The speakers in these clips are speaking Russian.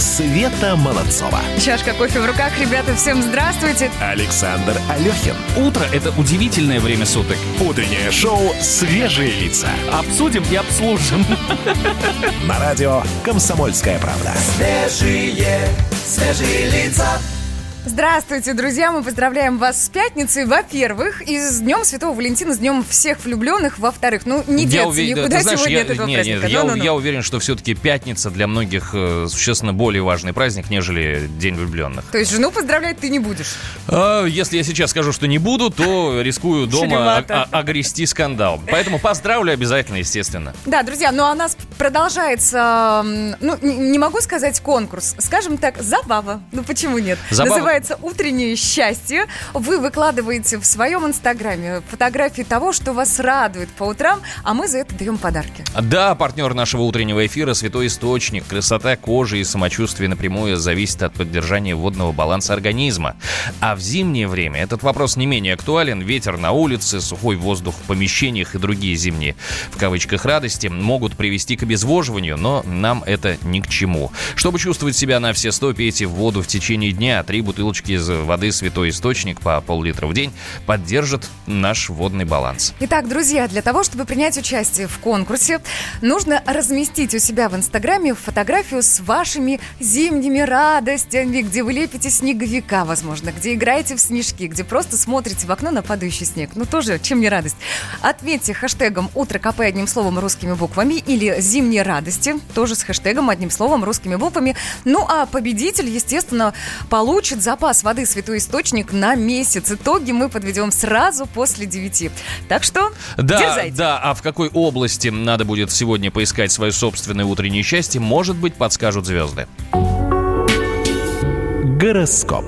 Света Молодцова. Чашка кофе в руках. Ребята, всем здравствуйте. Александр Алехин. Утро – это удивительное время суток. Утреннее шоу «Свежие лица». Обсудим и обслужим. На радио «Комсомольская правда». Свежие лица. Здравствуйте, друзья. Мы поздравляем вас с пятницей, во-первых, и с Днем Святого Валентина, с Днем всех влюбленных, во-вторых. Ну, не деться никуда сегодня от этого праздника. Я уверен, что все-таки пятница для многих существенно более важный праздник, нежели День влюбленных. То есть жену поздравлять ты не будешь? Если я сейчас скажу, что не буду, то рискую дома огрести скандал. Поэтому поздравлю обязательно, естественно. Да, друзья, ну а у нас продолжается, ну, не могу сказать конкурс, скажем так, забава. Ну, почему нет? Называется «Утреннее счастье». Вы выкладываете в своем инстаграме фотографии того, что вас радует по утрам, а мы за это даем подарки. Да, партнер нашего утреннего эфира – Святой Источник. Красота кожи и самочувствие напрямую зависит от поддержания водного баланса организма. А в зимнее время этот вопрос не менее актуален. Ветер на улице, сухой воздух в помещениях и другие зимние, в кавычках, радости могут привести к обезвоживанию, но нам это ни к чему. Чтобы чувствовать себя на все 100, пейте воду в течение дня. 3 бутылочки из воды «Святой Источник» по пол-литра в день поддержат наш водный баланс. Итак, друзья, для того, чтобы принять участие в конкурсе, нужно разместить у себя в инстаграме фотографию с вашими зимними радостями, где вы лепите снеговика, возможно, где играете в снежки, где просто смотрите в окно на падающий снег. Ну, тоже, чем не радость. Отметьте хэштегом «Утро КП» одним словом русскими буквами или «Зимние радости», тоже с хэштегом одним словом русскими буквами. Ну, а победитель, естественно, получит запас воды «Святой Источник» на месяц. Итоги мы подведем сразу после 9. Так что дерзайте. Да, а в какой области надо будет сегодня поискать свое собственное утреннее счастье, может быть, подскажут звезды. Гороскоп.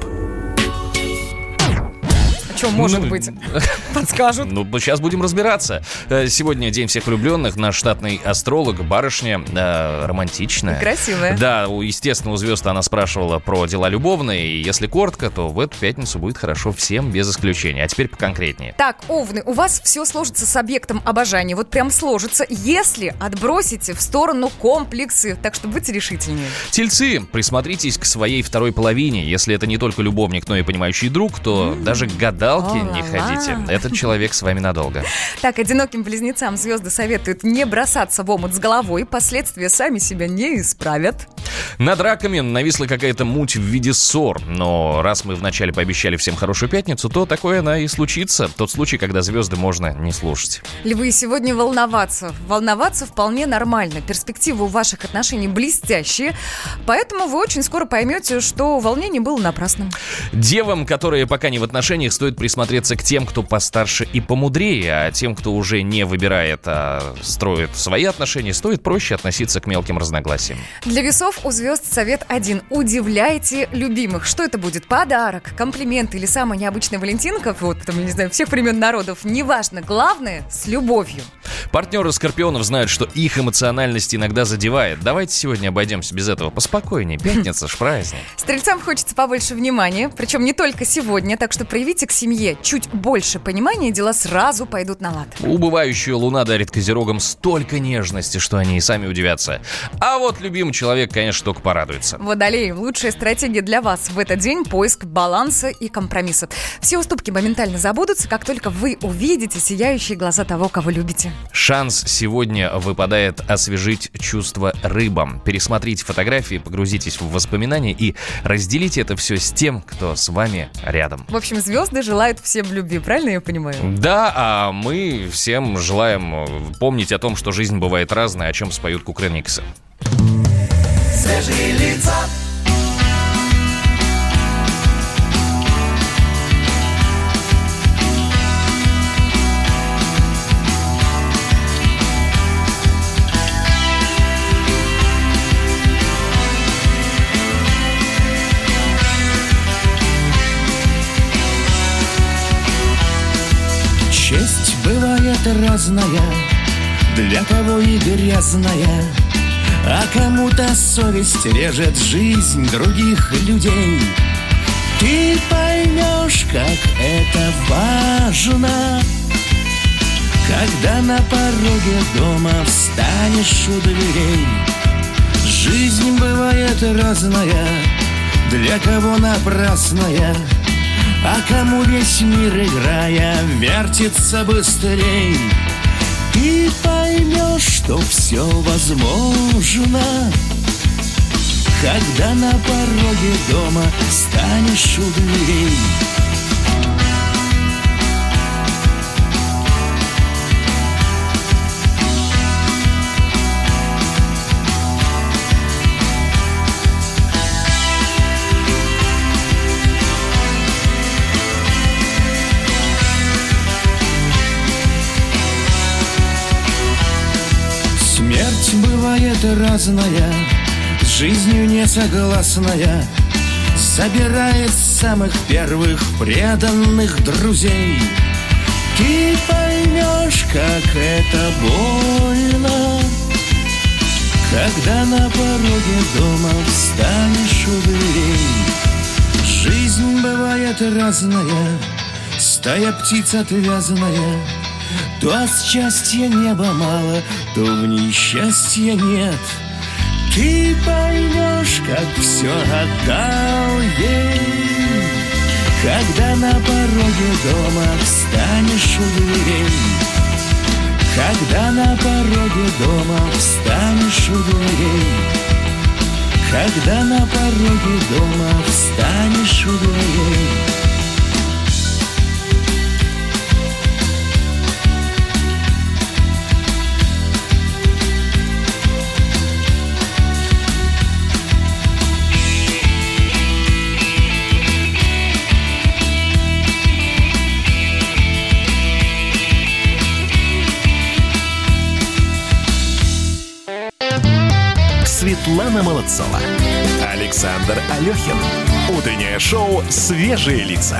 Что может быть? Подскажут. Ну, сейчас будем разбираться. Сегодня День всех влюбленных. Наш штатный астролог, барышня, романтичная. Красивая. Да, естественно, у звезд она спрашивала про дела любовные. И если коротко, то в эту пятницу будет хорошо всем, без исключения. А теперь поконкретнее. Так, Овны, у вас все сложится с объектом обожания. Вот прям сложится, если отбросите в сторону комплексы. Так что будьте решительнее. Тельцы, присмотритесь к своей второй половине. Если это не только любовник, но и понимающий друг, то даже гадалки не ходите. Этот человек с вами надолго. Так, одиноким близнецам звезды советуют не бросаться в омут с головой. Последствия сами себя не исправят. Над раками нависла какая-то муть в виде ссор. Но раз мы вначале пообещали всем хорошую пятницу, то такое она и случится. Тот случай, когда звезды можно не слушать. Львы, сегодня волноваться. Волноваться вполне нормально. Перспективы у ваших отношений блестящие. Поэтому вы очень скоро поймете, что волнение было напрасным. Девам, которые пока не в отношениях, стоит присмотреться к тем, кто постарше и помудрее. А тем, кто уже не выбирает, а строит свои отношения, стоит проще относиться к мелким разногласиям. Для весов у звезд совет один. Удивляйте любимых. Что это будет? Подарок, комплимент или самая необычная валентинка? Вот, там, я не знаю, всех времен народов. Неважно. Главное, с любовью. Партнеры скорпионов знают, что их эмоциональность иногда задевает. Давайте сегодня обойдемся без этого поспокойнее. Пятница ж праздник. Стрельцам хочется побольше внимания. Причем не только сегодня. Так что проявите к семье чуть больше понимания, и дела сразу пойдут на лад. Убывающая луна дарит козерогам столько нежности, что они и сами удивятся. А вот любимый человек, конечно, только порадуется. Водолеи, лучшая стратегия для вас в этот день – поиск баланса и компромисса. Все уступки моментально забудутся, как только вы увидите сияющие глаза того, кого любите. Шанс сегодня выпадает освежить чувства рыбам. Пересмотрите фотографии, погрузитесь в воспоминания и разделите это все с тем, кто с вами рядом. В общем, звезды желают всем любви, правильно я понимаю? Да, а мы всем желаем помнить о том, что жизнь бывает разная, о чем споют Кукрыниксы. Свежие лица. Честь бывает разная, для кого и грязная, а кому-то совесть режет жизнь других людей. Ты поймешь, как это важно, когда на пороге дома встанешь у дверей. Жизнь бывает бывает разная, для кого напрасная, а кому весь мир, играя, вертится быстрей. Ты поймешь, что все возможно, когда на пороге дома станешь у дверей. Смерть бывает разная, с жизнью несогласная, забирает самых первых преданных друзей. Ты поймешь, как это больно, когда на пороге дома встанешь у дверей. Жизнь бывает разная, стая птиц отвязная, то от счастья неба мало, то в ней счастья нет. Ты поймешь, как все отдал ей, когда на пороге дома встанешь у дверей. Когда на пороге дома встанешь у дверей. Когда на пороге дома встанешь у дверей. Светлана Молодцова, Александр Алехин. Утреннее шоу «Свежие лица».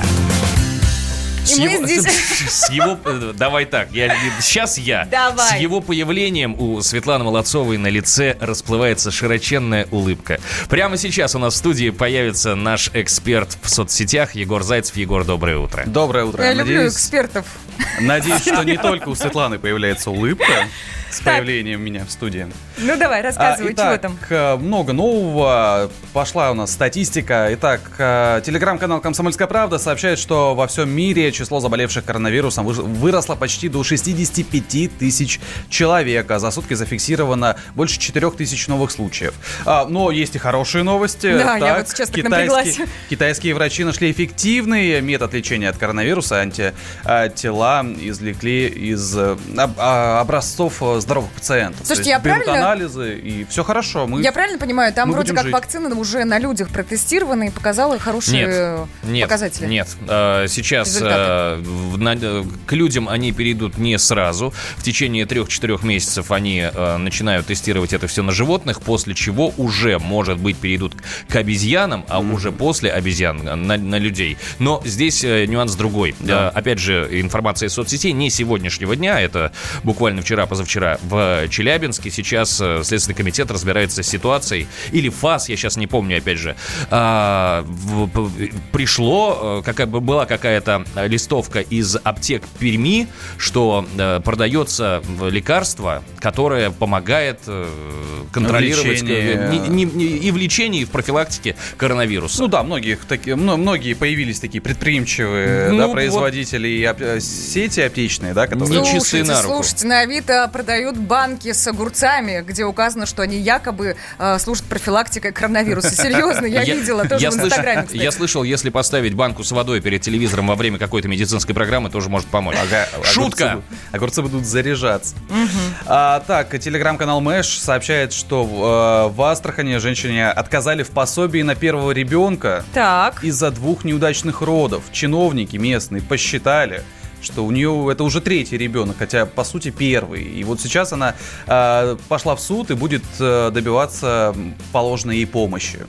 Давай так, Давай. С его появлением у Светланы Молодцовой на лице расплывается широченная улыбка. Прямо сейчас у нас в студии появится наш эксперт в соцсетях Егор Зайцев. Егор, доброе утро. Доброе утро. Я люблю экспертов. Надеюсь, что не только у Светланы появляется улыбка с появлением меня в студии. Ну давай, рассказывай, чего там? Много нового. Пошла у нас статистика. Итак, телеграм-канал «Комсомольская правда» сообщает, что во всем мире число заболевших коронавирусом выросло почти до 65 тысяч человек, а за сутки зафиксировано больше 4 тысяч новых случаев. Но есть и хорошие новости. Да, я вот сейчас так напряглась. Китайские врачи нашли эффективный метод лечения от коронавируса. Антитела извлекли из образцов здоровых пациентов. Слушайте, я берут правильно... анализы, и все хорошо. Я правильно понимаю, там вроде как вакцина уже на людях протестирована и показала хорошие показатели? Нет. Сейчас к людям они перейдут не сразу. В течение 3-4 месяцев они начинают тестировать это все на животных, после чего уже, может быть, перейдут к обезьянам, а уже после обезьян на людей. Но здесь нюанс другой. Да. Опять же, информация из соцсетей не сегодняшнего дня, это буквально вчера-позавчера в Челябинске. Сейчас Следственный комитет разбирается с ситуацией. Или ФАС, я сейчас не помню, опять же. Была какая-то листовка из аптек Перми, что продается лекарство, которое помогает контролировать и в лечении, и в профилактике коронавируса. Ну да, многие появились такие предприимчивые производители и сети аптечные, да, которые... Часы на руку. Слушайте, на Авито продают банки с огурцами, где указано, что они якобы служат профилактикой коронавируса. Серьезно, я видела тоже в Инстаграме, кстати. Я слышал, если поставить банку с водой перед телевизором во время какой-то медицинской программы, тоже может помочь. Шутка! Огурцы будут заряжаться. Так, телеграм-канал Мэш сообщает, что в Астрахани женщине отказали в пособии на первого ребенка из-за 2 неудачных родов. Чиновники местные посчитали, что у нее это уже 3-й ребенок, хотя по сути 1-й. И вот сейчас она пошла в суд и будет добиваться положенной ей помощи.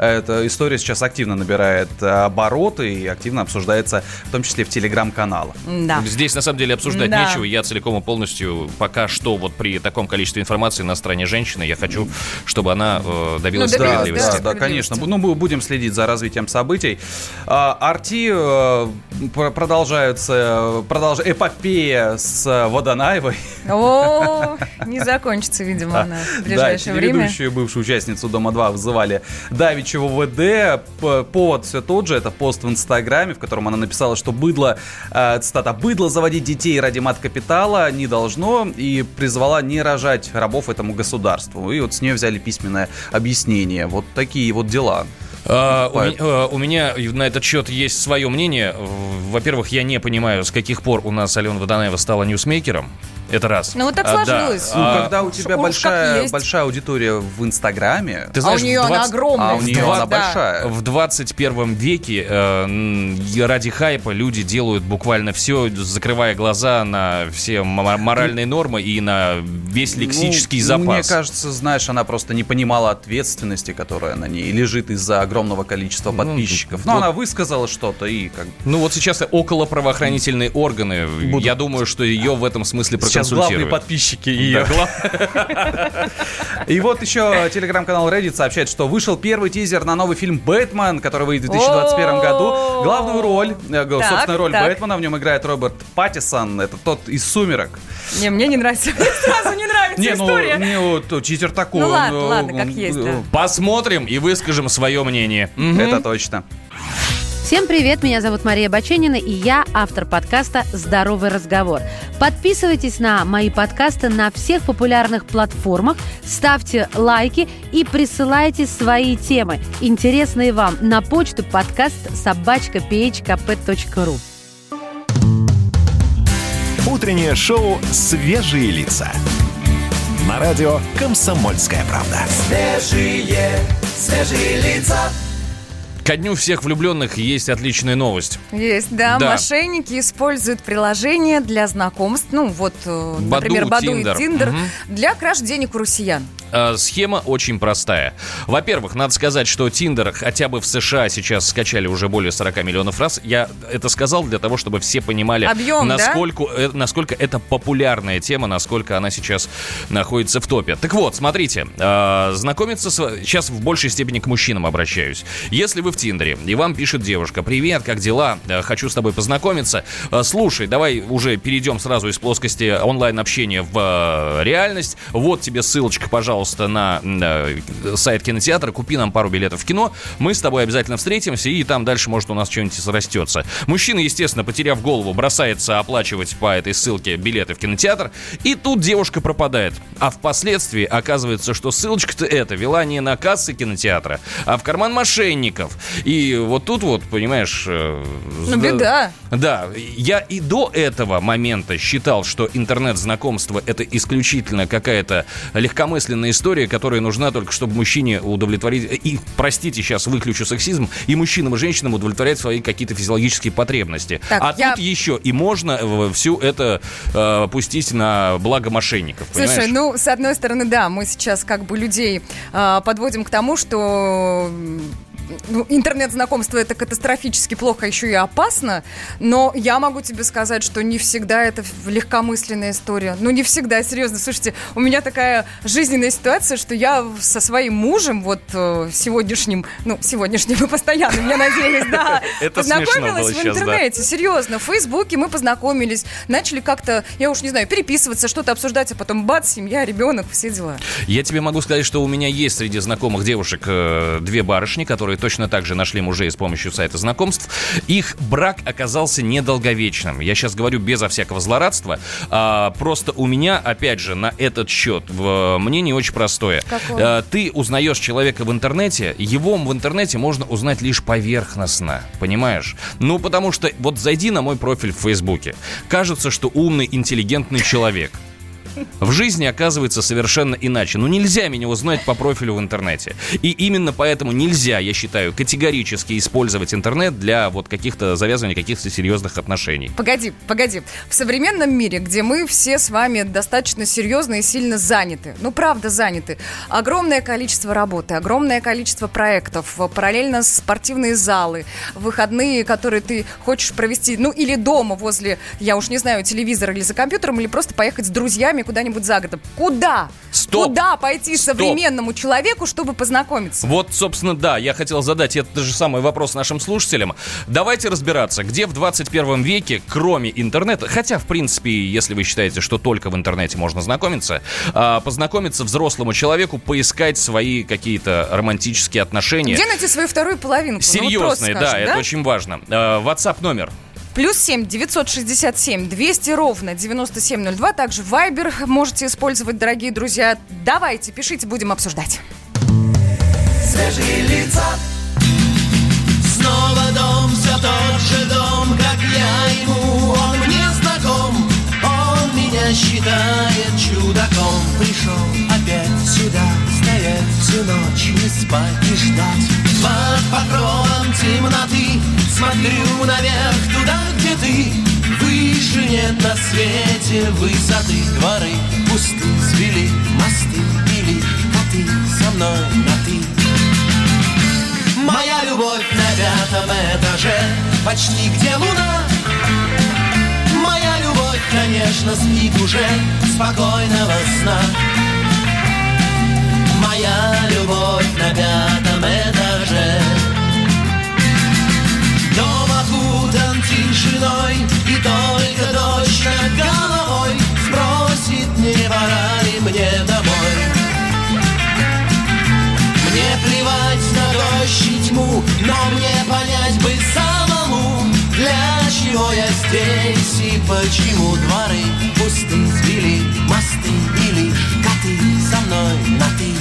Эта история сейчас активно набирает обороты и активно обсуждается, в том числе в телеграм-каналах. Да. Здесь, на самом деле, обсуждать нечего. Я целиком и полностью пока что вот при таком количестве информации на стороне женщины, я хочу, чтобы она добилась справедливости. Да, конечно. Мы будем следить за развитием событий. Арти продолжается эпопея с Водонаевой. О, не закончится, видимо, она в ближайшее время. Телеведущую, бывшую участницу «Дома-2» вызывали давеча в УВД. Повод все тот же. Это пост в Инстаграме, в котором она написала, что быдло, цитата, «быдло заводить детей ради мат-капитала не должно», и призвала не рожать рабов этому государству. И вот с нее взяли письменное объяснение. Вот такие вот дела. У меня на этот счет есть свое мнение. Во-первых, я не понимаю, с каких пор у нас Алена Водонаева стала ньюсмейкером. Это раз. Ну, вот так сложилось. Когда у тебя большая аудитория в Инстаграме... Ты знаешь, у нее она огромная. У нее она большая. В 21 веке ради хайпа люди делают буквально все, закрывая глаза на все моральные нормы и на весь лексический запас. Мне кажется, знаешь, она просто не понимала ответственности, которая на ней лежит из-за огромного количества подписчиков. Но она высказала что-то и как... Ну вот сейчас около правоохранительные органы, я думаю, что ее в этом смысле проконсультируют. Главные подписчики ее. И вот еще телеграм-канал Reddit сообщает, что вышел первый тизер на новый фильм «Бэтмен», который выйдет в 2021 году. Главную роль, собственно, роль Бэтмена в нем играет Роберт Паттинсон. Это тот из «Сумерек». Не, мне не нравится. Мне сразу не нравится история. Не, вот тизер такой. Ну ладно, как есть, да. Посмотрим и выскажем свое мнение. Это точно. Всем привет, меня зовут Мария Баченина, и я автор подкаста «Здоровый разговор». Подписывайтесь на мои подкасты на всех популярных платформах, ставьте лайки и присылайте свои темы, интересные вам, на почту podcast@phkp.ru. Утреннее шоу «Свежие лица». На радио «Комсомольская правда». Свежие лица. Ко дню всех влюбленных есть отличная новость. Есть, да. Мошенники используют приложения для знакомств, например, Баду и Тиндер, для краж денег у россиян. Схема очень простая. Во-первых, надо сказать, что Tinder хотя бы в США сейчас скачали уже более 40 миллионов раз. Я это сказал для того, чтобы все понимали, объем, насколько это популярная тема, насколько она сейчас находится в топе. Так вот, смотрите, знакомиться сейчас в большей степени к мужчинам обращаюсь. Если вы в Тиндере, и вам пишет девушка: «Привет, как дела? Хочу с тобой познакомиться. Слушай, давай уже перейдем сразу из плоскости онлайн-общения в реальность. Вот тебе ссылочка, пожалуйста, на сайт кинотеатра, купи нам пару билетов в кино, мы с тобой обязательно встретимся, и там дальше, может, у нас что-нибудь срастется». Мужчина, естественно, потеряв голову, бросается оплачивать по этой ссылке билеты в кинотеатр, и тут девушка пропадает. А впоследствии оказывается, что ссылочка-то эта вела не на кассы кинотеатра, а в карман мошенников. И вот тут вот, понимаешь... беда. Да, я и до этого момента считал, что интернет-знакомство — это исключительно какая-то легкомысленная история, которая нужна только, чтобы мужчине удовлетворить... И, простите, сейчас выключу сексизм, и мужчинам, и женщинам удовлетворять свои какие-то физиологические потребности. Так, тут еще и можно всю это пустить на благо мошенников, понимаешь? Слушай, с одной стороны, да, мы сейчас как бы людей подводим к тому, что... интернет-знакомство — это катастрофически плохо, еще и опасно, но я могу тебе сказать, что не всегда это легкомысленная история. Не всегда, серьезно. Слушайте, у меня такая жизненная ситуация, что я со своим мужем, сегодняшним и постоянным, я надеюсь, да, познакомилась в интернете, серьезно, в Фейсбуке мы познакомились, начали как-то, я уж не знаю, переписываться, что-то обсуждать, а потом бац, семья, ребенок, все дела. Я тебе могу сказать, что у меня есть среди знакомых девушек две барышни, которые точно так же нашли мужей с помощью сайта знакомств. Их брак оказался недолговечным. Я сейчас говорю безо всякого злорадства. Просто у меня, опять же, на этот счет мнение очень простое. Какое? Ты узнаешь человека в интернете, его в интернете можно узнать лишь поверхностно, понимаешь? Потому что вот зайди на мой профиль в Фейсбуке. Кажется, что умный, интеллигентный человек. в жизни оказывается совершенно иначе. Ну, нельзя меня узнать по профилю в интернете. И именно поэтому нельзя, я считаю, категорически использовать интернет для вот каких-то завязывания каких-то серьезных отношений. Погоди. В современном мире, где мы все с вами достаточно серьезно и сильно заняты, ну, правда заняты, огромное количество работы, огромное количество проектов, параллельно спортивные залы, выходные, которые ты хочешь провести, ну, или дома возле, я уж не знаю, телевизора или за компьютером, или просто поехать с друзьями куда-нибудь за городом. Куда? Стоп! Куда пойти современному человеку, чтобы познакомиться? Вот, собственно, да, я хотел задать этот же самый вопрос нашим слушателям. Давайте разбираться, где в 21 веке, кроме интернета, хотя, в принципе, если вы считаете, что только в интернете можно знакомиться, познакомиться взрослому человеку, поискать свои какие-то романтические отношения. Где найти свою вторую половинку? Серьезные, ну, вот скажем, это очень важно. WhatsApp номер. +7 967 200 ровно 9702. Также Viber можете использовать, дорогие друзья. Давайте, пишите, будем обсуждать. Свежие лица. Снова дом, все тот же дом, как я ему. Он мне знаком, он меня считает чудаком. Пришел опять сюда, стоять всю ночь, не спать и ждать. Под покровом темноты смотрю наверх, туда, где ты. Выше нет на свете высоты. Дворы пусты, свели мосты, или коты со мной на ты. Моя любовь на 5-м этаже, почти где луна. Моя любовь, конечно, спит уже, спокойного сна. Моя любовь на 5-м этаже. Дом окутан тишиной, и только дождь над головой спросит, не пора ли мне домой. Мне плевать на дождь и тьму, но мне понять бы самому, для чего я здесь и почему. Дворы пусты, свели мосты, или коты со мной на ты.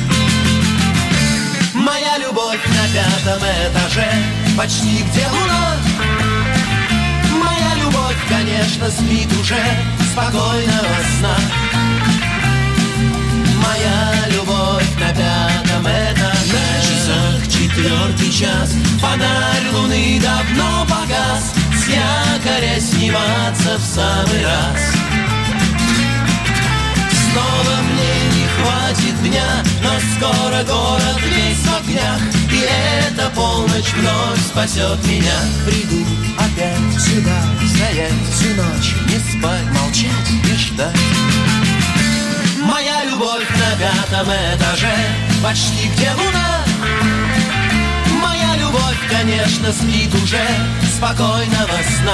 Моя любовь на 5-м этаже, почти где луна. Моя любовь, конечно, спит уже, спокойного сна. Моя любовь на 5-м этаже. На часах 4-й час, фонарь луны давно погас. С якоря сниматься в самый раз. Снова мне не хватит дня, но скоро город весь в огнях, и эта полночь вновь спасет меня. Приду опять сюда, стоять всю ночь, не спать, молчать и ждать. Моя любовь на 5-м этаже, почти где луна. Моя любовь, конечно, спит уже, спокойного сна.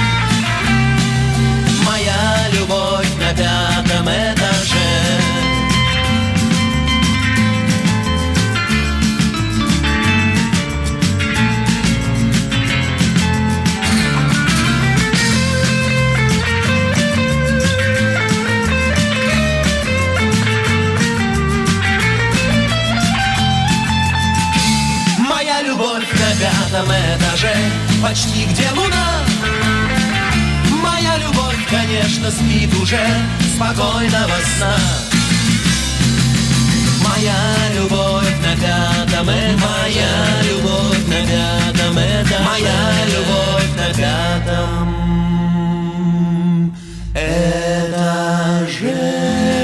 Моя любовь на 5-м этаже. Моя любовь на 5-м этаже, почти где луна. Моя любовь, конечно, спит уже, спокойного сна. Моя любовь на 5-м этаже. Моя любовь на 5-м этаже. Моя любовь на 5-м этаже.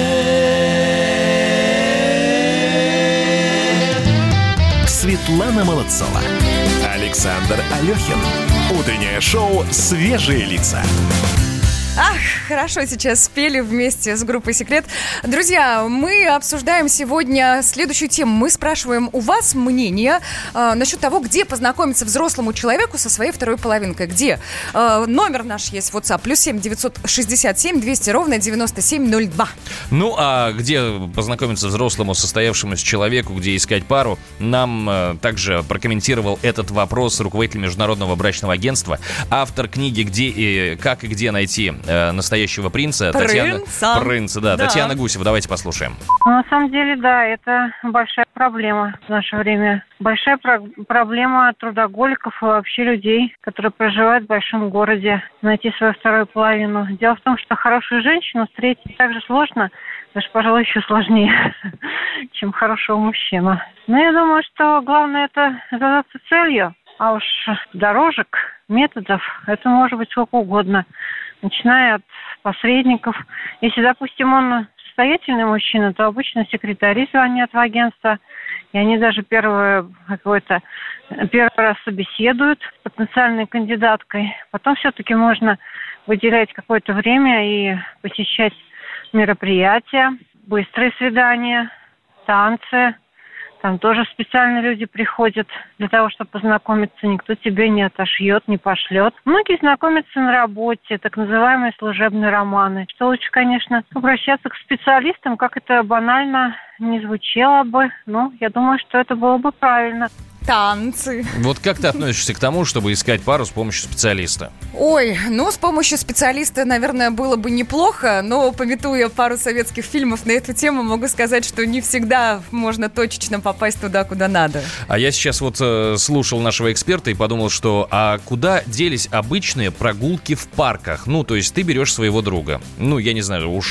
Светлана Молодцова, Александр Алехин. Утреннее шоу «Свежие лица». Ах, хорошо сейчас спели вместе с группой «Секрет». Друзья, мы обсуждаем сегодня следующую тему. Мы спрашиваем у вас мнение насчет того, где познакомиться взрослому человеку со своей второй половинкой. Где? Номер наш есть в WhatsApp. +7 967 200 ровно 9702. Ну, а где познакомиться взрослому состоявшемуся человеку, где искать пару, нам также прокомментировал этот вопрос руководитель Международного брачного агентства, автор книги «Как и где найти настоящего настоящего принца. Принца, да. Татьяна Гусева, давайте послушаем. На самом деле, да, это большая проблема в наше время. Большая проблема трудоголиков и вообще людей, которые проживают в большом городе, найти свою вторую половину. Дело в том, что хорошую женщину встретить так же сложно, даже, пожалуй, еще сложнее, чем хорошего мужчину. Но я думаю, что главное это задаться целью, а уж дорожек, методов, это может быть сколько угодно, начиная от посредников. Если, допустим, он состоятельный мужчина, то обычно секретари звонят в агентство, и они даже первый раз собеседуют с потенциальной кандидаткой. Потом все-таки можно выделять какое-то время и посещать мероприятия, быстрые свидания, танцы. Там тоже специально люди приходят для того, чтобы познакомиться. Никто тебе не отошьет, не пошлет. Многие знакомятся на работе, так называемые служебные романы. Что лучше, конечно, обращаться к специалистам, как это банально не звучало бы. Но я думаю, что это было бы правильно. Танцы. Вот как ты относишься к тому, чтобы искать пару с помощью специалиста? Ой, с помощью специалиста, наверное, было бы неплохо, но, памятуя пару советских фильмов на эту тему, могу сказать, что не всегда можно точечно попасть туда, куда надо. А я сейчас слушал нашего эксперта и подумал, что куда делись обычные прогулки в парках? То есть ты берешь своего друга, я не знаю, уж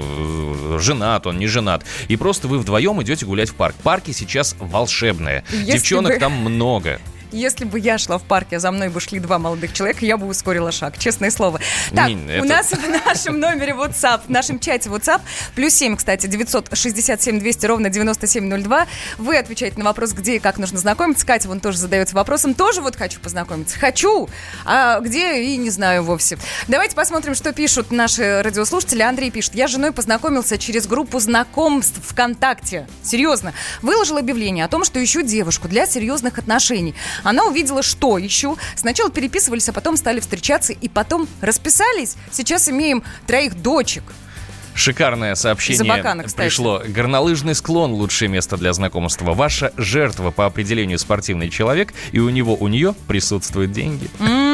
женат он, не женат, и просто вы вдвоем идете гулять в парк. Парки сейчас волшебные. Девчонок там много. Если бы я шла в парке, а за мной бы шли два молодых человека, я бы ускорила шаг, честное слово. Так, у нас в нашем номере WhatsApp, в нашем чате WhatsApp, +7, кстати, 967-200-97-02. Вы отвечаете на вопрос, где и как нужно знакомиться. Катя вон тоже задается вопросом. Тоже хочу познакомиться. Хочу, а где и не знаю вовсе. Давайте посмотрим, что пишут наши радиослушатели. Андрей пишет: я с женой познакомился через группу знакомств ВКонтакте. Серьезно. Выложил объявление о том, что ищу девушку для серьезных отношений. Она увидела, что ищу. Сначала переписывались, а потом стали встречаться и потом расписались. Сейчас имеем 3 дочек. Шикарное сообщение пришло. Горнолыжный склон – лучшее место для знакомства. Ваша жертва по определению спортивный человек, и у нее присутствуют деньги.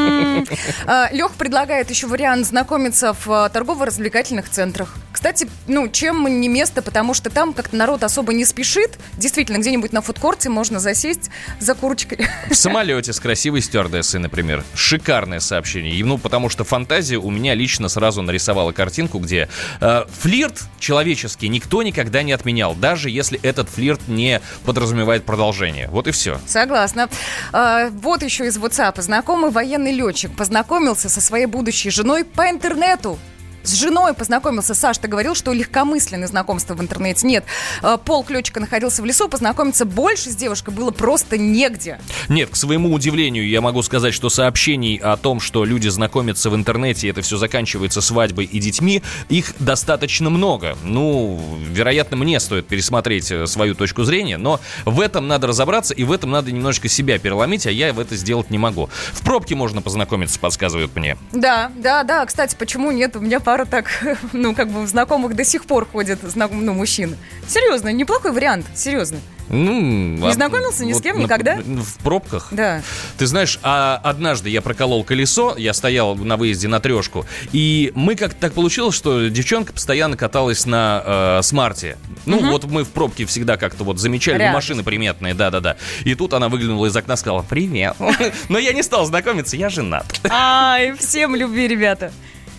Лех предлагает еще вариант знакомиться в торгово-развлекательных центрах. Кстати, чем не место, потому что там как-то народ особо не спешит. Действительно, где-нибудь на фудкорте можно засесть за курочкой. В самолете с красивой стюардессой, например. Шикарное сообщение. Потому что фантазия у меня лично сразу нарисовала картинку, где флирт человеческий никто никогда не отменял, даже если этот флирт не подразумевает продолжение. Вот и все. Согласна. Вот еще из WhatsApp. Знакомый военный летчик познакомился со своей будущей женой по интернету. С женой познакомился. Саш, ты говорил, что легкомысленное знакомство в интернете. Нет, полк летчика находился в лесу, познакомиться больше с девушкой было просто негде. Нет, к своему удивлению, я могу сказать, что сообщений о том, что люди знакомятся в интернете, и это все заканчивается свадьбой и детьми, их достаточно много. Вероятно, мне стоит пересмотреть свою точку зрения, но в этом надо разобраться, и в этом надо немножечко себя переломить, а я это сделать не могу. В пробке можно познакомиться, подсказывают мне. Да, кстати, почему нет? У меня пара так, знакомых до сих пор ходят, мужчин. Серьезно, неплохой вариант, серьезно. Не знакомился ни с кем никогда? В пробках? Да. Ты знаешь, однажды я проколол колесо, я стоял на выезде на 3, и мы как-то так получилось, что девчонка постоянно каталась на смарте. Вот мы в пробке всегда как-то замечали, машины приметные, да-да-да. И тут она выглянула из окна и сказала: привет. Но я не стал знакомиться, я женат. Всем любви, ребята.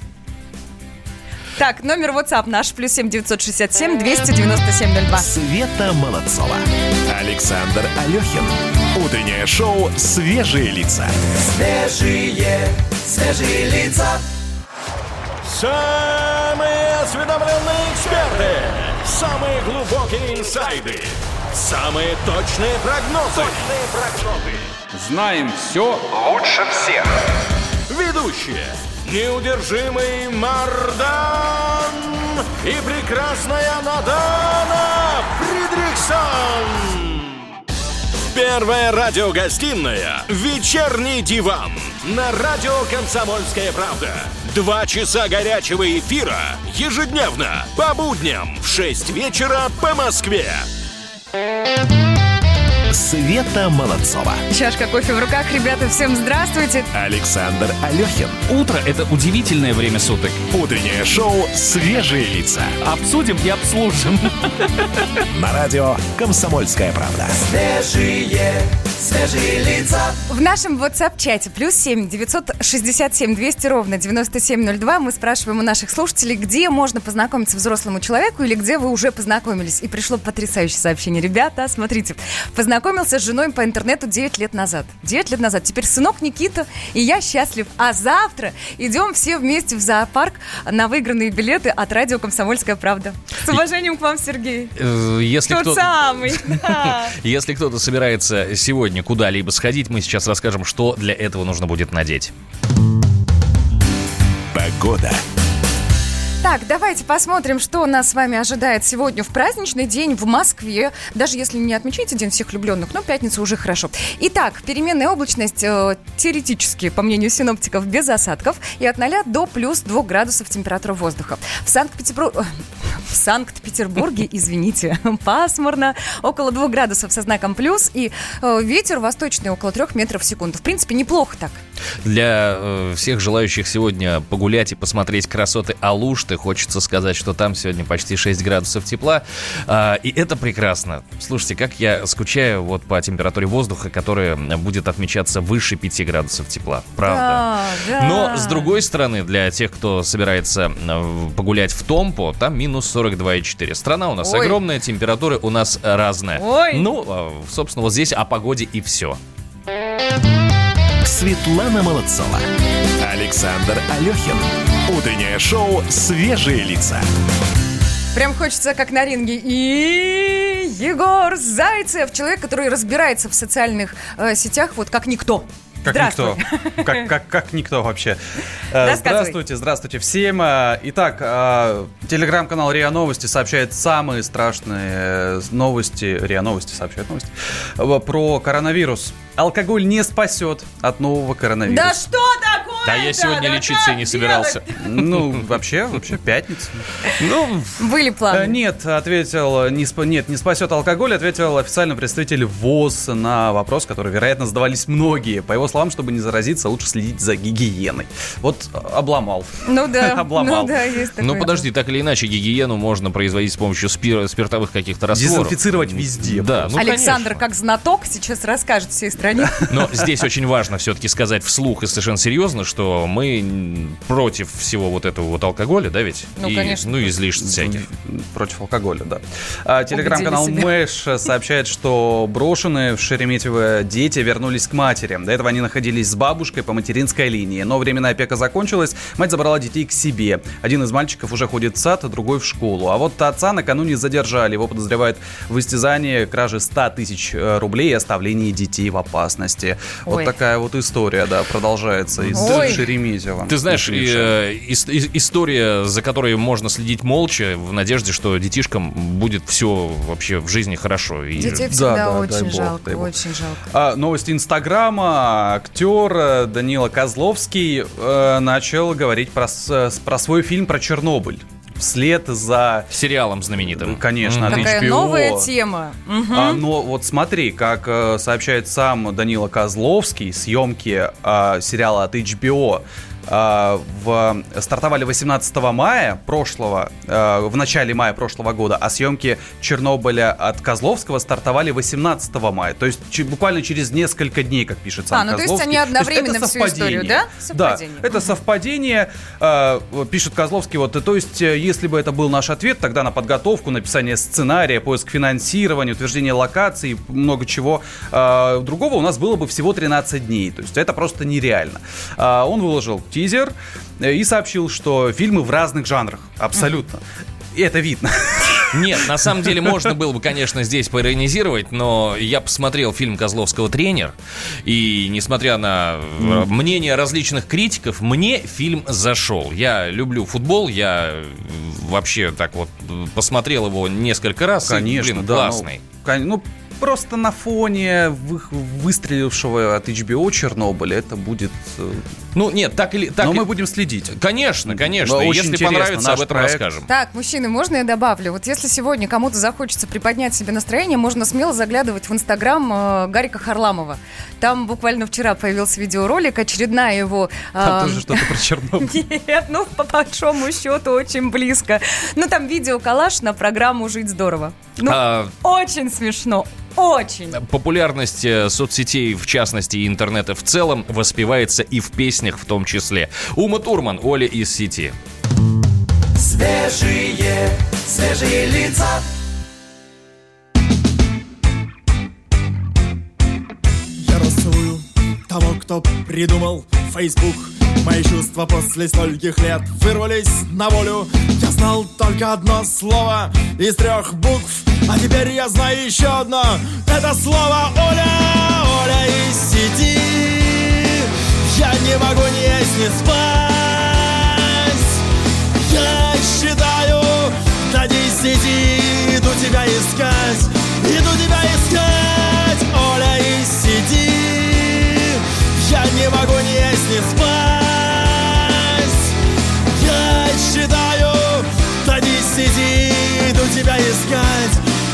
Так, номер WhatsApp наш +7 967 297 02. Света Молодцова. Александр Алехин. Утреннее шоу «Свежие лица». Свежие лица. Самые осведомленные эксперты. Самые глубокие инсайды. Самые точные прогнозы. Знаем все лучше всех. Ведущие: неудержимый Мардан и прекрасная Надана Фридрихсон. Первая радиогостинная «Вечерний диван» на радио «Комсомольская правда». 2 часа горячего эфира ежедневно по будням в 6 вечера по Москве. Света Молодцова. Чашка кофе в руках. Ребята, всем здравствуйте. Александр Алехин. Утро — это удивительное время суток. Утреннее шоу «Свежие лица». Обсудим и обслужим. На радио «Комсомольская правда». Свежие лица. В нашем WhatsApp-чате +7 967 200 ровно 9702 мы спрашиваем у наших слушателей, где можно познакомиться взрослому человеку или где вы уже познакомились. И пришло потрясающее сообщение. Ребята, смотрите, познакомился с женой по интернету 9 лет назад. 9 лет назад. Теперь сынок Никита, и я счастлив. А завтра идем все вместе в зоопарк на выигранные билеты от радио «Комсомольская правда». С уважением к вам, Сергей. Тот самый. Если кто-то собирается сегодня куда-либо сходить, мы сейчас расскажем, что для этого нужно будет надеть. Погода. Так, давайте посмотрим, что нас с вами ожидает сегодня в праздничный день в Москве. Даже если не отмечаете День всех влюбленных, но пятница уже хорошо. Итак, переменная облачность теоретически, по мнению синоптиков, без осадков. И от 0 до плюс 2 градусов температура воздуха. В Санкт-Петербурге, извините, пасмурно, около 2 градусов со знаком плюс. И ветер восточный около 3 метров в секунду. В принципе, неплохо так. Для всех желающих сегодня погулять и посмотреть красоты Алушты, хочется сказать, что там сегодня почти 6 градусов тепла, и это прекрасно. Слушайте, как я скучаю вот по температуре воздуха, которая будет отмечаться выше 5 градусов тепла, правда. Да. Но, с другой стороны, для тех, кто собирается погулять в Томпо, там минус 42,4. Страна у нас огромная, температура у нас разная. Ну, собственно, вот здесь о погоде и все. Светлана Молодцова. Александр Алехин. Утреннее шоу «Свежие лица». Прям хочется, как на ринге. И Егор Зайцев, человек, который разбирается в социальных сетях, вот как никто. Как никто. Как никто вообще. Здравствуйте всем. Итак, телеграм-канал РИА Новости сообщает самые страшные новости. РИА Новости сообщает новости про коронавирус. Алкоголь не спасет от нового коронавируса. Да что такое? Да я сегодня лечиться и не собирался. Ну, вообще пятница. Ну, были планы. Нет, ответил, не спасет алкоголь, ответил официальный представитель ВОЗ на вопрос, который, вероятно, задавались многие. По его словам, чтобы не заразиться, лучше следить за гигиеной. Вот обломал. Ну да. Обломал. Ну да, есть такое. Ну подожди, так или иначе, гигиену можно производить с помощью спиртовых каких-то растворов. Дезинфицировать везде. Да, ну, Александр, конечно. как знаток, сейчас расскажет всей стране. Но здесь очень важно все-таки сказать вслух и совершенно серьезно, что мы против всего вот этого вот алкоголя, да ведь? Ну, конечно. Ну, излишеств всяких. Против алкоголя, да. Телеграм-канал Мэш сообщает, что брошенные в Шереметьево дети вернулись к матери. До этого они находились с бабушкой по материнской линии. Но временная опека закончилась, мать забрала детей к себе. Один из мальчиков уже ходит в сад, а другой в школу. А вот отца накануне задержали. Его подозревают в истязании, краже 100 тысяч рублей и оставлении детей в опасности. Вот такая вот история, да, продолжается из Шереметьево. Ты знаешь, история, за которой можно следить молча, в надежде, что детишкам будет все вообще в жизни хорошо. Детей всегда очень жалко, очень жалко. Новости Инстаграма. Актер Данила Козловский начал говорить про свой фильм про Чернобыль. Вслед за... сериалом знаменитым. Конечно, от HBO. Какая новая тема. Но вот смотри, как сообщает сам Данила Козловский, съемки сериала от HBO стартовали 18 мая прошлого, в начале мая прошлого года, а съемки Чернобыля от Козловского стартовали 18 мая. То есть буквально через несколько дней, как пишет сам Козловский. То есть они одновременно всю историю, да? Да, это совпадение, пишет Козловский. Вот, то есть, если бы это был наш ответ, тогда на подготовку, написание сценария, поиск финансирования, утверждение локаций, много чего другого у нас было бы всего 13 дней. То есть это просто нереально. Он выложил тизер и сообщил, что фильмы в разных жанрах. Абсолютно. И это видно. Нет, на самом деле можно было бы, конечно, здесь поиронизировать, но я посмотрел фильм Козловского «Тренер», и несмотря на мнение различных критиков, мне фильм зашел. Я люблю футбол, я вообще так вот посмотрел его несколько раз. Конечно, и, да, классный. просто на фоне выстрелившего от HBO Чернобыля это будет... Ну, нет, так или... Так но и... мы будем следить. Конечно. Если понравится, об этом расскажем. Так, мужчины, можно я добавлю? Вот если сегодня кому-то захочется приподнять себе настроение, можно смело заглядывать в Инстаграм Гарика Харламова. Там буквально вчера появился видеоролик, очередная его... Там тоже что-то про Чернобыль. Нет, по большому счету очень близко. Ну, там видео-коллаж на программу «Жить здорово». Очень смешно. Очень. Популярность соцсетей, в частности, и интернета в целом, воспевается и в песнях в том числе. Ума Турман, Оля из сети. Свежие лица. Я расцелую того, кто придумал Facebook. Мои чувства после стольких лет вырвались на волю. Я знал только одно слово из 3 букв, а теперь я знаю еще одно. Это слово Оля, Оля из сети. Я не могу ни есть, ни спать. Я считаю до 10, иду тебя искать. Оля из сети. Я не могу ни есть, ни спать. Я считаю до 10, иду тебя искать.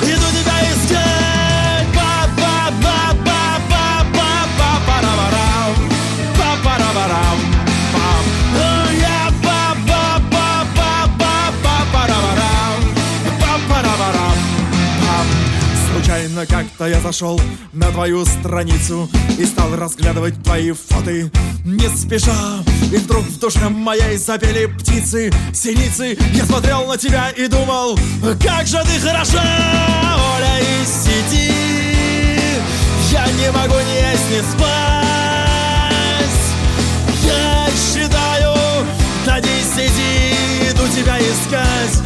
Случайно как-то я зашел на твою страницу и стал разглядывать твои фото не спеша. И вдруг в душе моей запели птицы, синицы. Я смотрел на тебя и думал, как же ты хороша, Оля из сети. Я не могу ни есть, ни спать. Я считаю до 10, иду тебя искать.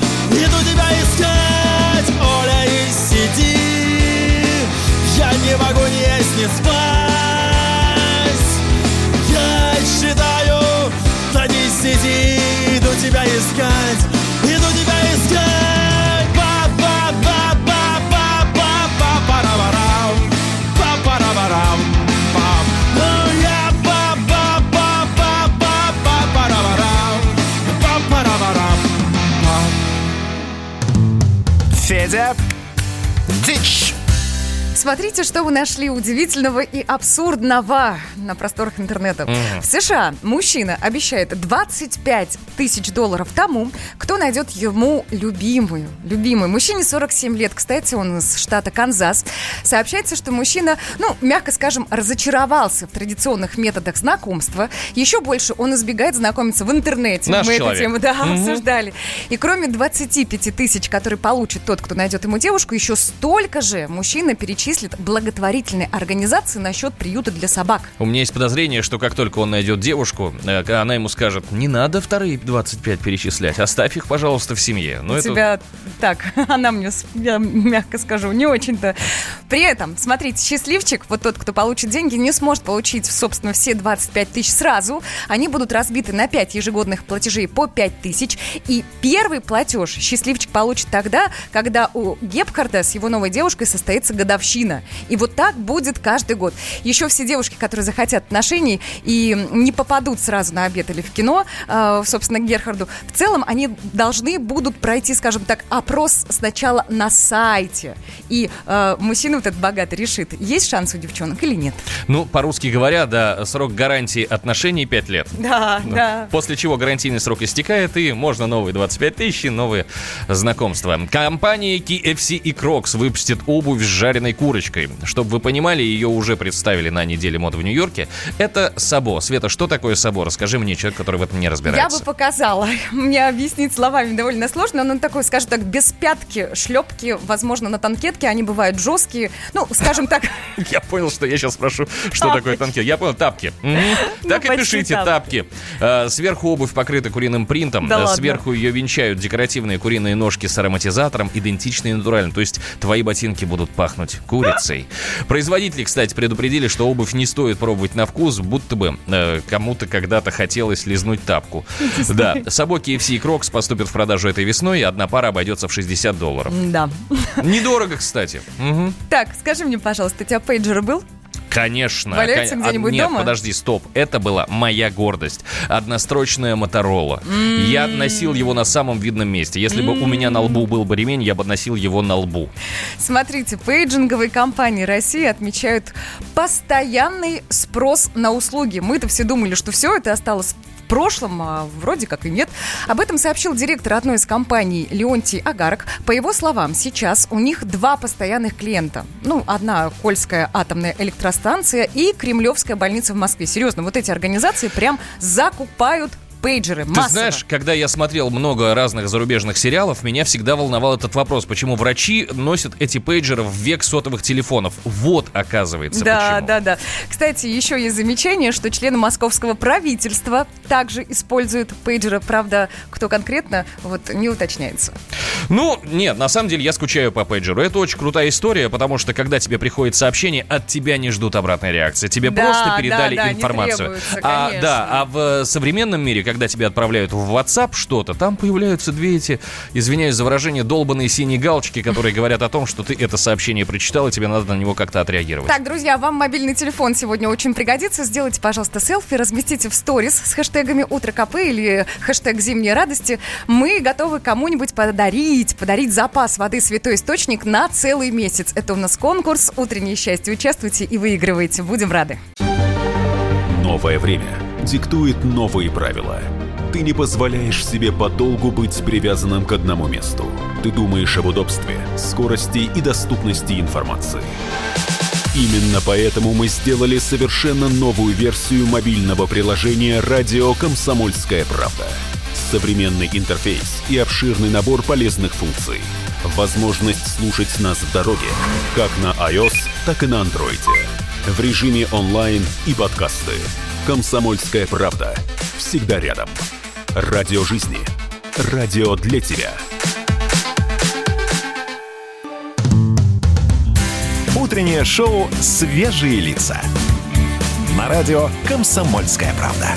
Оля из сети. Я не могу ни есть, ни спать. Я считаю до 10, иду тебя искать. Федя, дичь! Смотрите, что вы нашли удивительного и абсурдного на просторах интернета. В США мужчина обещает $25 тысяч тому, кто найдет ему любимую. Мужчине 47 лет, кстати, он из штата Канзас. Сообщается, что мужчина, мягко скажем, разочаровался в традиционных методах знакомства. Еще больше он избегает знакомиться в интернете. Наш Мы человек. эту тему обсуждали. И кроме 25 тысяч, которые получит тот, кто найдет ему девушку, еще столько же мужчина перечислит благотворительной организации на счет приюта для собак. У меня есть подозрение, что как только он найдет девушку, она ему скажет: не надо вторые 25 перечислять, оставь их, пожалуйста, в семье. У тебя так, она мне, я мягко скажу, не очень-то. При этом, смотрите, счастливчик, вот тот, кто получит деньги, не сможет получить, собственно, все 25 тысяч сразу. Они будут разбиты на 5 ежегодных платежей по 5 тысяч. И первый платеж счастливчик получит тогда, когда у Гепхарда с его новой девушкой состоится годовщина. И вот так будет каждый год. Еще все девушки, которые захотят отношений и не попадут сразу на обед или в кино, собственно, к Герхарду, в целом они должны будут пройти, скажем так, опрос сначала на сайте. И мужчина вот этот богатый решит, есть шанс у девчонок или нет. По-русски говоря, да, срок гарантии отношений 5 лет. Да. После чего гарантийный срок истекает, и можно новые 25 тысяч, новые знакомства. Компания KFC и Crocs выпустит обувь с жареной курочкой. Чтобы вы понимали, ее уже представили на неделе моды в Нью-Йорке. Это Сабо. Света, что такое Сабо? Расскажи мне, человек, который в этом не разбирается. Я бы показала. Мне объяснить словами довольно сложно, но он такой, скажем так, без пятки, шлепки, возможно, на танкетке, они бывают жесткие. Скажем так... Я понял, что я сейчас спрошу, что такое танкетка. Я понял, тапки. Так и пишите, тапки. Сверху обувь покрыта куриным принтом. Сверху ее венчают декоративные куриные ножки с ароматизатором, идентичные натуральным. То есть твои ботинки будут пахнуть курицей. Производители, кстати, предупредили, что обувь не стоит пробовать на вкус, будто бы кому-то когда-то хотелось лизнуть тапку. Да, сабо KFC и Крокс поступят в продажу этой весной, и одна пара обойдется в $60. Да. Недорого, кстати. Угу. Так, скажи мне, пожалуйста, у тебя пейджер был? Конечно. Валяется где-нибудь Нет, дома? Подожди, стоп. Это была моя гордость. Однострочная Моторола. Я носил его на самом видном месте. Если бы у меня на лбу был бы ремень, я бы носил его на лбу. Смотрите, пейджинговые компании России отмечают постоянный спрос на услуги. Мы-то все думали, что все это осталось в прошлом, а вроде как и нет. Об этом сообщил директор одной из компаний Леонтий Агарок. По его словам, сейчас у них 2 постоянных клиента. Одна Кольская атомная электростанция и Кремлевская больница в Москве. Серьезно, вот эти организации прям закупают пейджеры массово. Ты знаешь, когда я смотрел много разных зарубежных сериалов, меня всегда волновал этот вопрос, почему врачи носят эти пейджеры в век сотовых телефонов. Вот, оказывается, почему. Да. Кстати, еще есть замечание, что члены московского правительства также используют пейджеры. Правда, кто конкретно, не уточняется. Нет, на самом деле я скучаю по пейджеру. Это очень крутая история, потому что когда тебе приходит сообщение, от тебя не ждут обратной реакции. Тебе просто передали информацию. А в современном мире, когда тебе отправляют в WhatsApp что-то, там появляются 2 эти, извиняюсь за выражение, долбаные синие галочки, которые говорят о том, что ты это сообщение прочитал, и тебе надо на него как-то отреагировать. Так, друзья, вам мобильный телефон сегодня очень пригодится. Сделайте, пожалуйста, селфи, разместите в сторис с хэштегами «Утро КП» или хэштег «Зимние радости». Мы готовы кому-нибудь подарить запас воды «Святой источник» на целый месяц. Это у нас конкурс «Утреннее счастье». Участвуйте и выигрывайте. Будем рады. Новое время диктует новые правила. Ты не позволяешь себе подолгу быть привязанным к одному месту. Ты думаешь об удобстве, скорости и доступности информации. Именно поэтому мы сделали совершенно новую версию мобильного приложения «Радио Комсомольская правда». Современный интерфейс и обширный набор полезных функций. Возможность слушать нас в дороге, как на iOS, так и на Android. В режиме онлайн и подкасты. «Комсомольская правда». Всегда рядом. Радио жизни. Радио для тебя. Утреннее шоу «Свежие лица». На радио «Комсомольская правда».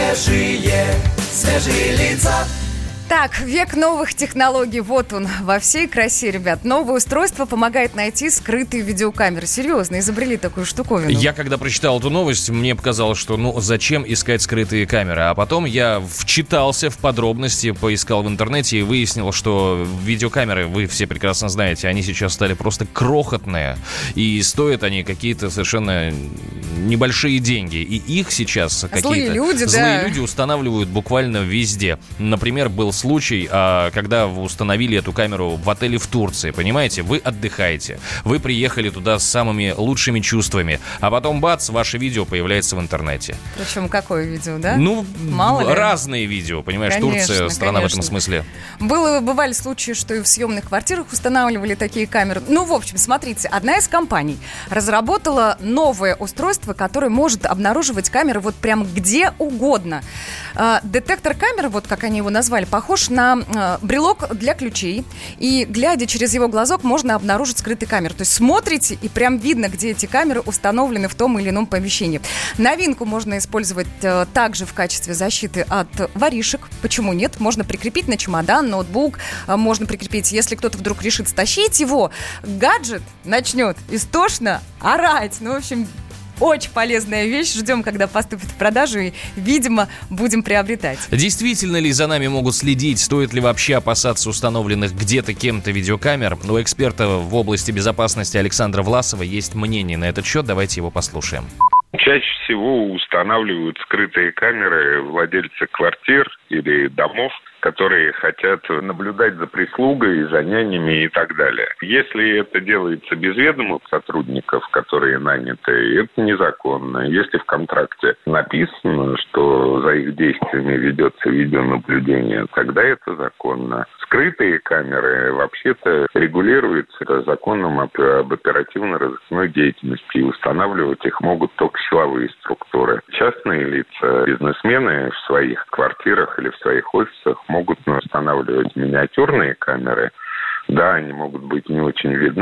Свежие лица. Так, век новых технологий, вот он во всей красе, ребят. Новое устройство помогает найти скрытые видеокамеры. Серьезно, изобрели такую штуковину. Я когда прочитал эту новость, мне показалось, что зачем искать скрытые камеры. А потом я вчитался в подробности, поискал в интернете и выяснил, что видеокамеры, вы все прекрасно знаете, они сейчас стали просто крохотные. И стоят они какие-то совершенно небольшие деньги. И их сейчас какие-то злые люди устанавливают буквально везде. Например, был случай, когда вы установили эту камеру в отеле в Турции, понимаете? Вы отдыхаете, вы приехали туда с самыми лучшими чувствами, а потом бац, ваше видео появляется в интернете. Причем какое видео, да? Мало ли. Разные видео, понимаешь? Конечно, Турция страна в этом смысле. Бывали случаи, что и в съемных квартирах устанавливали такие камеры. В общем, смотрите, одна из компаний разработала новое устройство, которое может обнаруживать камеры прям где угодно. Детектор камер, как они его назвали, похож на брелок для ключей. И, глядя через его глазок, можно обнаружить скрытые камеры. То есть смотрите, и прям видно, где эти камеры установлены в том или ином помещении. Новинку можно использовать также в качестве защиты от воришек. Почему нет? Можно прикрепить на чемодан, ноутбук. Можно прикрепить, если кто-то вдруг решит стащить его, гаджет начнет истошно орать. В общем, очень полезная вещь. Ждем, когда поступит в продажу, и, видимо, будем приобретать. Действительно ли за нами могут следить? Стоит ли вообще опасаться установленных где-то кем-то видеокамер? У эксперта в области безопасности Александра Власова есть мнение на этот счет. Давайте его послушаем. Чаще всего устанавливают скрытые камеры владельцы квартир или домов, которые хотят наблюдать за прислугой, за нянями и так далее. Если это делается без ведома сотрудников, которые наняты, это незаконно. Если в контракте написано, что за их действиями ведется видеонаблюдение, тогда это законно. Скрытые камеры вообще-то регулируются законом об оперативно-розыскной деятельности, и устанавливать их могут только силовые структуры. Частные лица, бизнесмены в своих квартирах или в своих офисах могут устанавливать миниатюрные камеры. Да, они могут быть не очень видны,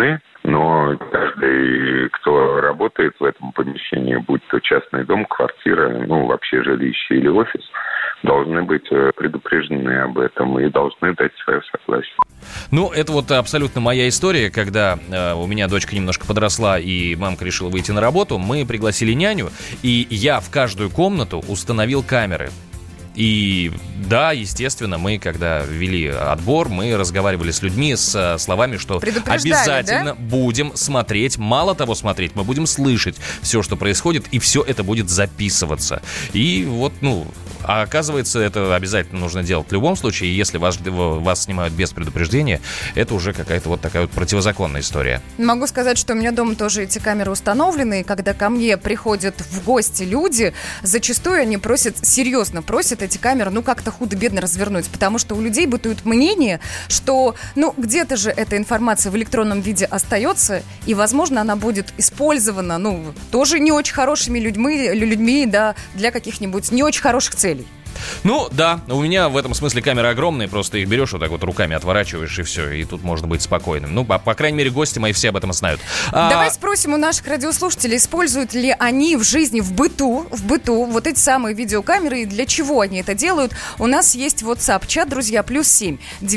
Но каждый, кто работает в этом помещении, будь то частный дом, квартира, вообще жилище или офис, должны быть предупреждены об этом и должны дать свое согласие. Это вот абсолютно моя история, когда у меня дочка немножко подросла, и мамка решила выйти на работу. Мы пригласили няню, и я в каждую комнату установил камеры. И да, естественно, мы, когда вели отбор, мы разговаривали с людьми с словами, что обязательно будем смотреть. Мало того смотреть, мы будем слышать все, что происходит, и все это будет записываться. И а оказывается, это обязательно нужно делать в любом случае. И если вас снимают без предупреждения, это уже какая-то вот такая вот противозаконная история. Могу сказать, что у меня дома тоже эти камеры установлены, и когда ко мне приходят в гости люди, зачастую они серьезно просят эти камеры, как-то худо-бедно развернуть, потому что у людей бытует мнение, что, где-то же эта информация в электронном виде остается, и, возможно, она будет использована, тоже не очень хорошими людьми, да, для каких-нибудь не очень хороших целей. Да, у меня в этом смысле камеры огромные, просто их берешь вот так вот руками отворачиваешь, и все, и тут можно быть спокойным. По крайней мере, гости мои все об этом знают. Давай спросим у наших радиослушателей, используют ли они в жизни, в быту вот эти самые видеокамеры, и для чего они это делают. У нас есть WhatsApp-чат, друзья, +7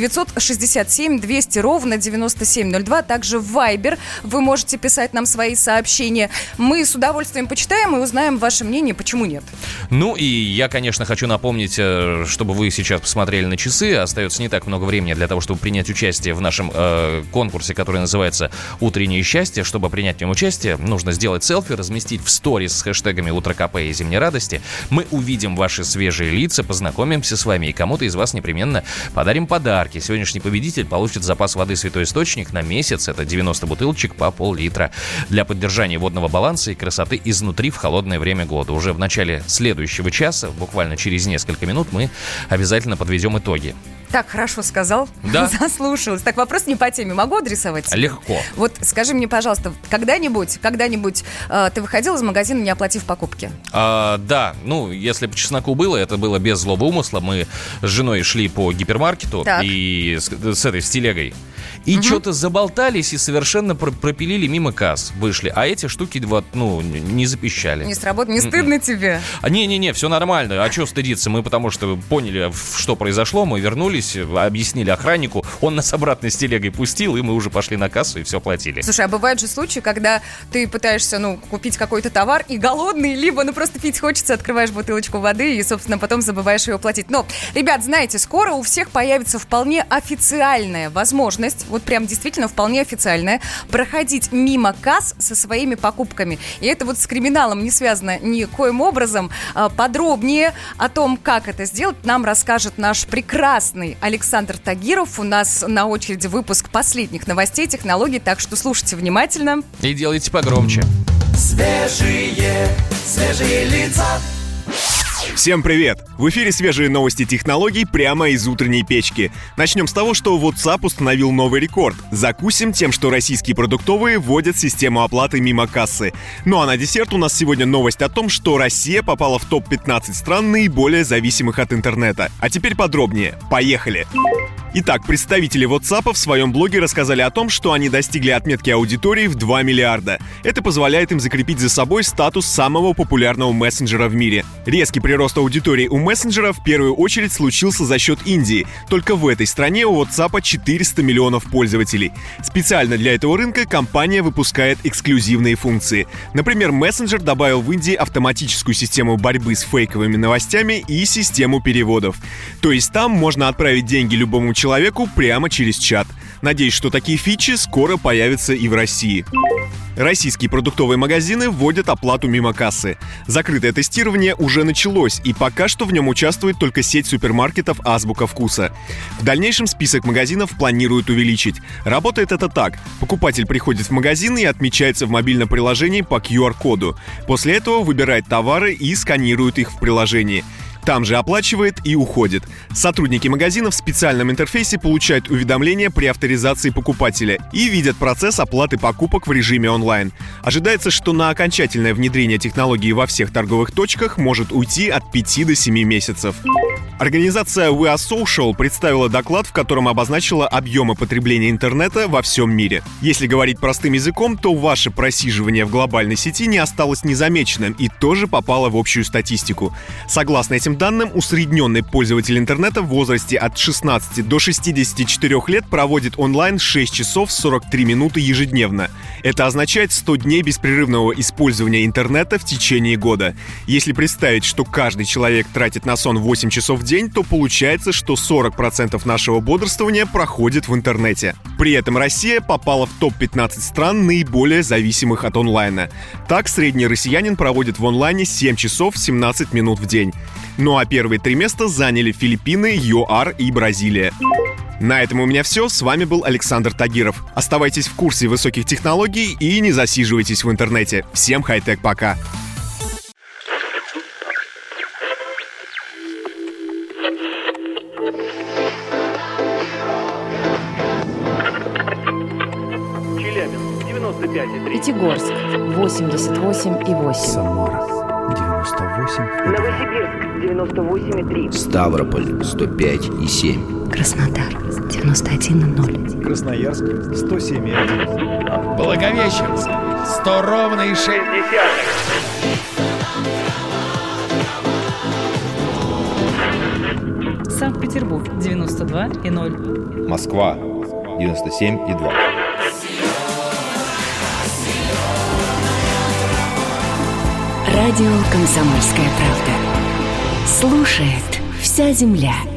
967 200 ровно 9702. Также в Viber вы можете писать нам свои сообщения. Мы с удовольствием почитаем и узнаем ваше мнение, почему нет. И я, конечно, хочу напомнить, чтобы вы сейчас посмотрели на часы. Остается не так много времени для того, чтобы принять участие в нашем конкурсе, который называется «Утреннее счастье». Чтобы принять в нем участие, нужно сделать селфи, разместить в сторис с хэштегами «Утро КП» и «Зимней радости». Мы увидим ваши свежие лица, познакомимся с вами, и кому-то из вас непременно подарим подарки. Сегодняшний победитель получит запас воды «Святой Источник» на месяц. Это 90 бутылочек по пол-литра. Для поддержания водного баланса и красоты изнутри в холодное время года. Уже в начале следующего часа, буквально через несколько минут, мы обязательно подведем итоги. Так хорошо сказал. Да. Заслушалась. Так, вопрос не по теме. Могу адресовать? Легко. Вот скажи мне, пожалуйста, когда-нибудь ты выходил из магазина, не оплатив покупки? Да. Если по чесноку было, это было без злого умысла. Мы с женой шли по гипермаркету и с телегой. И что-то заболтались и совершенно пропилили мимо касс. Вышли. А эти штуки не запищали. Не сработало? Не стыдно тебе? Не, все нормально. А что стыдиться? Мы потому что поняли, что произошло. Мы вернулись, объяснили охраннику. Он нас обратно с телегой пустил, и мы уже пошли на кассу и все платили. Слушай, а бывают же случаи, когда ты пытаешься, купить какой-то товар и голодный, либо, просто пить хочется, открываешь бутылочку воды и, собственно, потом забываешь ее платить. Но, ребят, знаете, скоро у всех появится вполне официальная возможность, вот прям действительно вполне официальная, проходить мимо касс со своими покупками. И это вот с криминалом не связано никоим образом. Подробнее о том, как это сделать, нам расскажет наш прекрасный Александр Тагиров. У нас на очереди выпуск последних новостей технологий, так что слушайте внимательно. И делайте погромче. Свежие лица. Всем привет! В эфире свежие новости технологий прямо из утренней печки. Начнем с того, что WhatsApp установил новый рекорд. Закусим тем, что российские продуктовые вводят систему оплаты мимо кассы. Ну а на десерт у нас сегодня новость о том, что Россия попала в топ-15 стран наиболее зависимых от интернета. А теперь подробнее. Поехали! Итак, представители WhatsApp в своем блоге рассказали о том, что они достигли отметки аудитории в 2 миллиарда. Это позволяет им закрепить за собой статус самого популярного мессенджера в мире. Резкий прирост аудитории у мессенджера в первую очередь случился за счет Индии. Только в этой стране у WhatsApp 400 миллионов пользователей. Специально для этого рынка компания выпускает эксклюзивные функции. Например, мессенджер добавил в Индии автоматическую систему борьбы с фейковыми новостями и систему переводов. То есть там можно отправить деньги любому человеку прямо через чат. Надеюсь, что такие фичи скоро появятся и в России. Российские продуктовые магазины вводят оплату мимо кассы. Закрытое тестирование уже началось, и пока что в нем участвует только сеть супермаркетов «Азбука вкуса». В дальнейшем список магазинов планируют увеличить. Работает это так. Покупатель приходит в магазин и отмечается в мобильном приложении по QR-коду. После этого выбирает товары и сканирует их в приложении. Там же оплачивает и уходит. Сотрудники магазинов в специальном интерфейсе получают уведомления при авторизации покупателя и видят процесс оплаты покупок в режиме онлайн. Ожидается, что на окончательное внедрение технологии во всех торговых точках может уйти от 5 до 7 месяцев. Организация We Are Social представила доклад, в котором обозначила объемы потребления интернета во всем мире. Если говорить простым языком, то ваше просиживание в глобальной сети не осталось незамеченным и тоже попало в общую статистику. Согласно этим данным, усредненный пользователь интернета в возрасте от 16 до 64 лет проводит онлайн 6 часов 43 минуты ежедневно. Это означает 100 дней беспрерывного использования интернета в течение года. Если представить, что каждый человек тратит на сон 8 часов в день, то получается, что 40% нашего бодрствования проходит в интернете. При этом Россия попала в топ-15 стран, наиболее зависимых от онлайна. Так, средний россиянин проводит в онлайне 7 часов 17 минут в день. Ну а первые 3 места заняли Филиппины, ЮАР и Бразилия. На этом у меня все. С вами был Александр Тагиров. Оставайтесь в курсе высоких технологий и не засиживайтесь в интернете. Всем хай-тек пока! Пятигорск 88,8. Самара 98,2. Новосибирск 98,3. Ставрополь 105,7. Краснодар 91,0. Красноярск 107,1. Благовещенск 100,6. Санкт-Петербург 92,0. Москва 97,2. Радио «Комсомольская правда». Слушает вся земля.